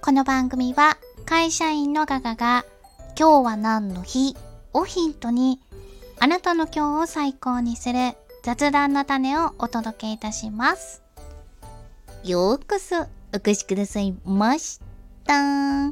この番組は会社員のガガが今日は何の日をヒントにあなたの今日を最高にする雑談の種をお届けいたします。ようこそお越しくださいました。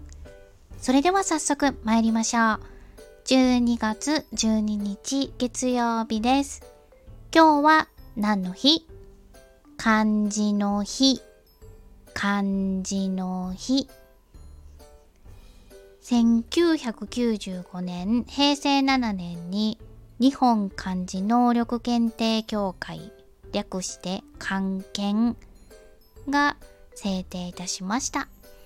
それでは早速参りましょう。12月12日月曜日です。今日は何の日？漢字の日。漢字の日。1995年平成7年に日本漢字能力検定協会略して漢検が制定いたしました。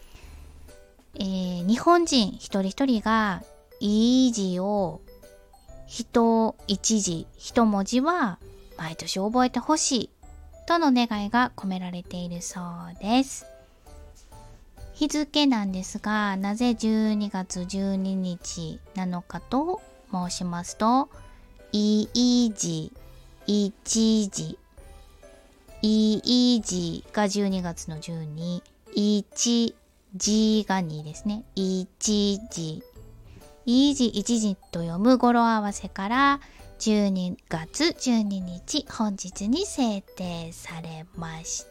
日本人一人一人がいい字を一字一文字は毎年覚えてほしいとの願いが込められているそうです。日付なんですが、なぜ12月12日なのかと申しますと、いい字、一字、いい字が12月の12、一字が2ですね。一字。いい字一字と読む語呂合わせから12月12日本日に制定されました。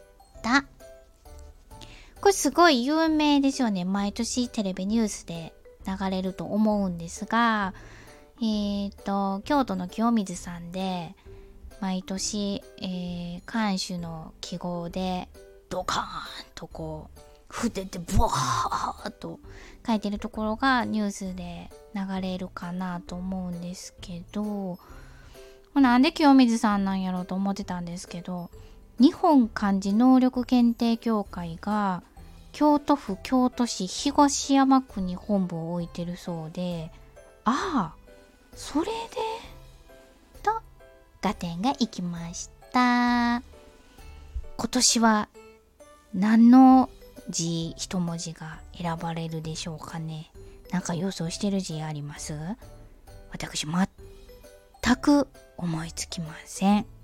これすごい有名ですよね。毎年テレビニュースで流れると思うんですが、京都の清水さんで毎年、漢詩の記号でドカーンとこう筆でブワーっと書いてるところがニュースで流れるかなと思うんですけど、なんで清水さんなんやろうと思ってたんですけど、日本漢字能力検定協会が京都府京都市東山区に本部を置いてるそうで、それでと合点がいきました。今年は何の字一文字が選ばれるでしょうかね。なんか予想してる字あります？私全く思いつきません。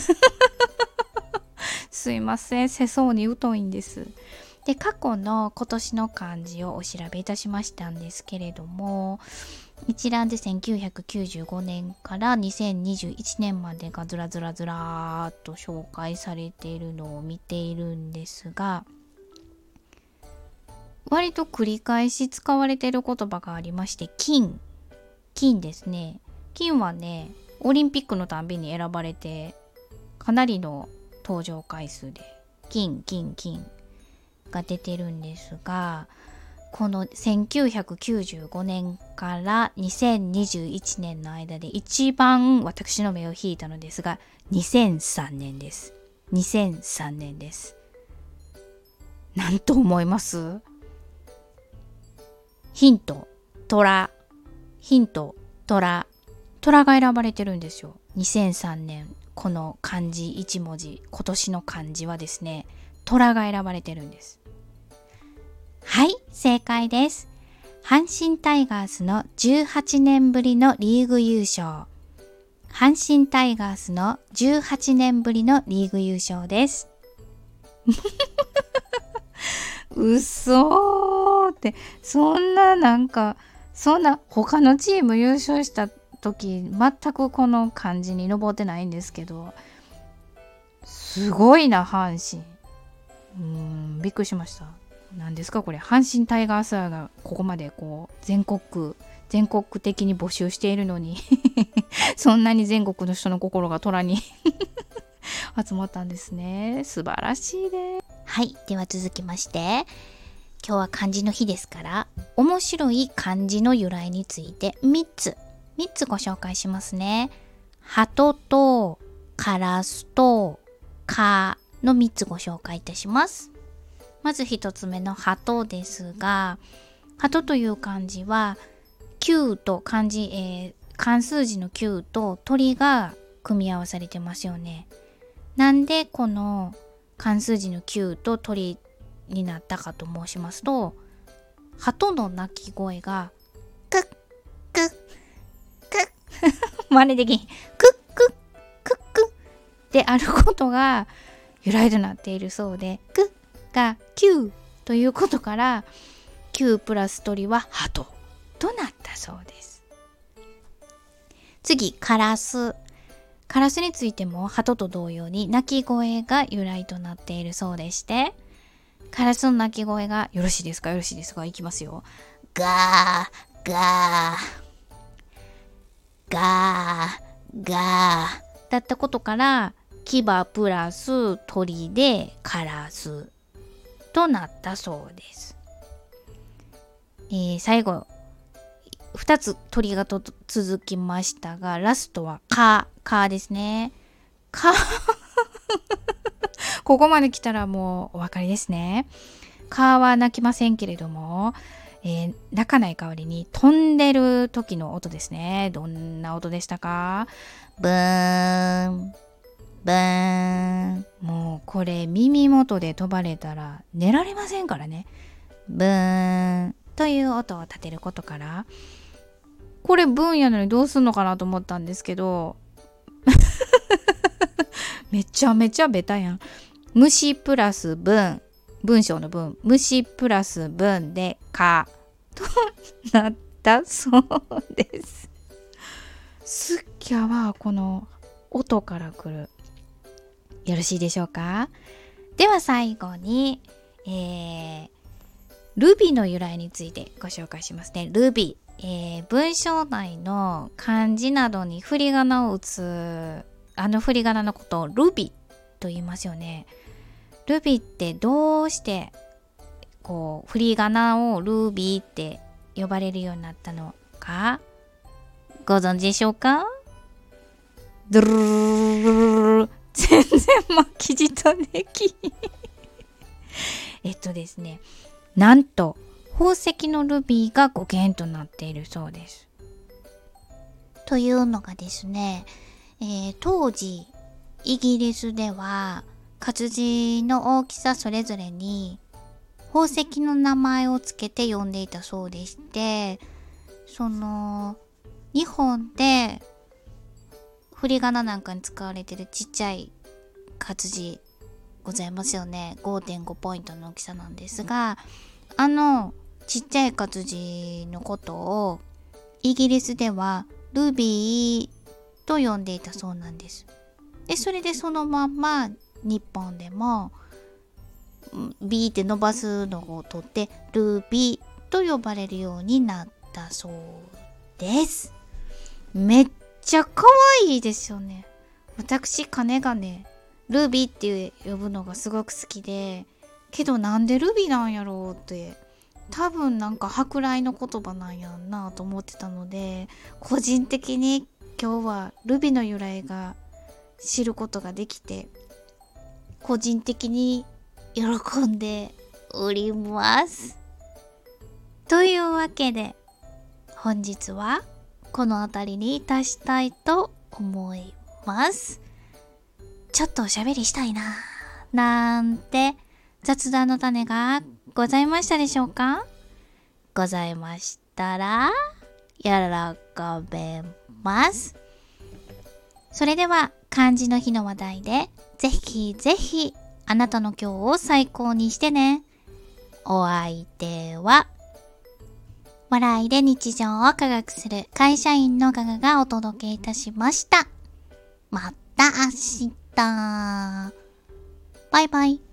すいません、世相に疎いんです。で、過去の今年の漢字をお調べいたしましたんですけれども、一覧で1995年から2021年までがずらーっと紹介されているのを見ているんですが、割と繰り返し使われている言葉がありまして、金ですね。金はね、オリンピックのたんびに選ばれてかなりの登場回数で金が出てるんですが、この1995年から2021年の間で一番私の目を引いたのですが、2003年です。2003年です。なんと思います？ヒント、虎が選ばれてるんですよ。2003年、この漢字一文字、今年の漢字はですね、虎が選ばれてるんです。はい、正解です。阪神タイガースの18年ぶりのリーグ優勝。阪神タイガースの18年ぶりのリーグ優勝です。嘘って、そんな他のチーム優勝した時全くこの漢字に上ってないんですけど、すごいな阪神。びっくりしました。何ですかこれ、阪神タイガースがここまでこう全国的に募集しているのにそんなに全国の人の心が虎に集まったんですね。素晴らしいです。はい、では続きまして、今日は漢字の日ですから、面白い漢字の由来について3つご紹介しますね。鳩とカラスと蚊の3つご紹介いたします。まず1つ目の鳩ですが、鳩という漢字は9と漢数字の9と鳥が組み合わされてますよね。なんでこの漢数字の9と鳥になったかと申しますと、鳩の鳴き声がクックックッ真似できんクックックックッであることが由来となっているそうで、クッが9ということから 9プラス鳥は鳩となったそうです。次、カラス。カラスについても鳩と同様に鳴き声が由来となっているそうでして、カラスの鳴き声がよろしいですか？よろしいですか？いきますよ。ガーガーガーガーだったことから、牙プラス鳥でカラスとなったそうです。最後2つ鳥が続きましたが、ラストはカですね。ここまで来たらもうお分かりですね。は鳴きませんけれども、鳴かない代わりに飛んでる時の音ですね。どんな音でしたか？ブーンブーン。もうこれ耳元で飛ばれたら寝られませんからね。ブーンという音を立てることから、これ文やのにどうすんのかなと思ったんですけどめちゃめちゃベタやん。虫プラス文、文章の文、虫プラス文でかとなったそうです。すっきゃはこの音から来る。よろしいでしょうか？では最後に、ルビの由来についてご紹介しますね。ルビ、文章内の漢字などに振り仮名を打つ振り仮名のことをルビと言いますよね。ルビってどうしてこう振り仮名をルビって呼ばれるようになったのかご存知でしょうか？ドゥルルルル、全然巻き舌できですね、なんと宝石のルビーが語源となっているそうです。というのがですね、当時イギリスでは活字の大きさそれぞれに宝石の名前をつけて呼んでいたそうでして、その日本で振り仮名なんかに使われてるちっちゃい活字ございますよね。 5.5 ポイントの大きさなんですが、ちっちゃい活字のことをイギリスではルビーと呼んでいたそうなんです。でそれでそのまんま日本でもビーって伸ばすのを取ってルビーと呼ばれるようになったそうです。めっちゃ可愛いですよね。私カネがねルビーって呼ぶのがすごく好きで、けどなんでルビーなんやろうって、多分なんか舶来の言葉なんやんなと思ってたので、個人的に今日はルビの由来が知ることができて、個人的に喜んでおります。というわけで本日はこの辺りにいたしたいと思います。ちょっとおしゃべりしたいななんて雑談の種がございましたでしょうか？ございましたら喜べます。それでは漢字の日の話題でぜひぜひあなたの今日を最高にしてね。お相手は笑いで日常を科学する会社員のガガがお届けいたしました。また明日。バイバイ。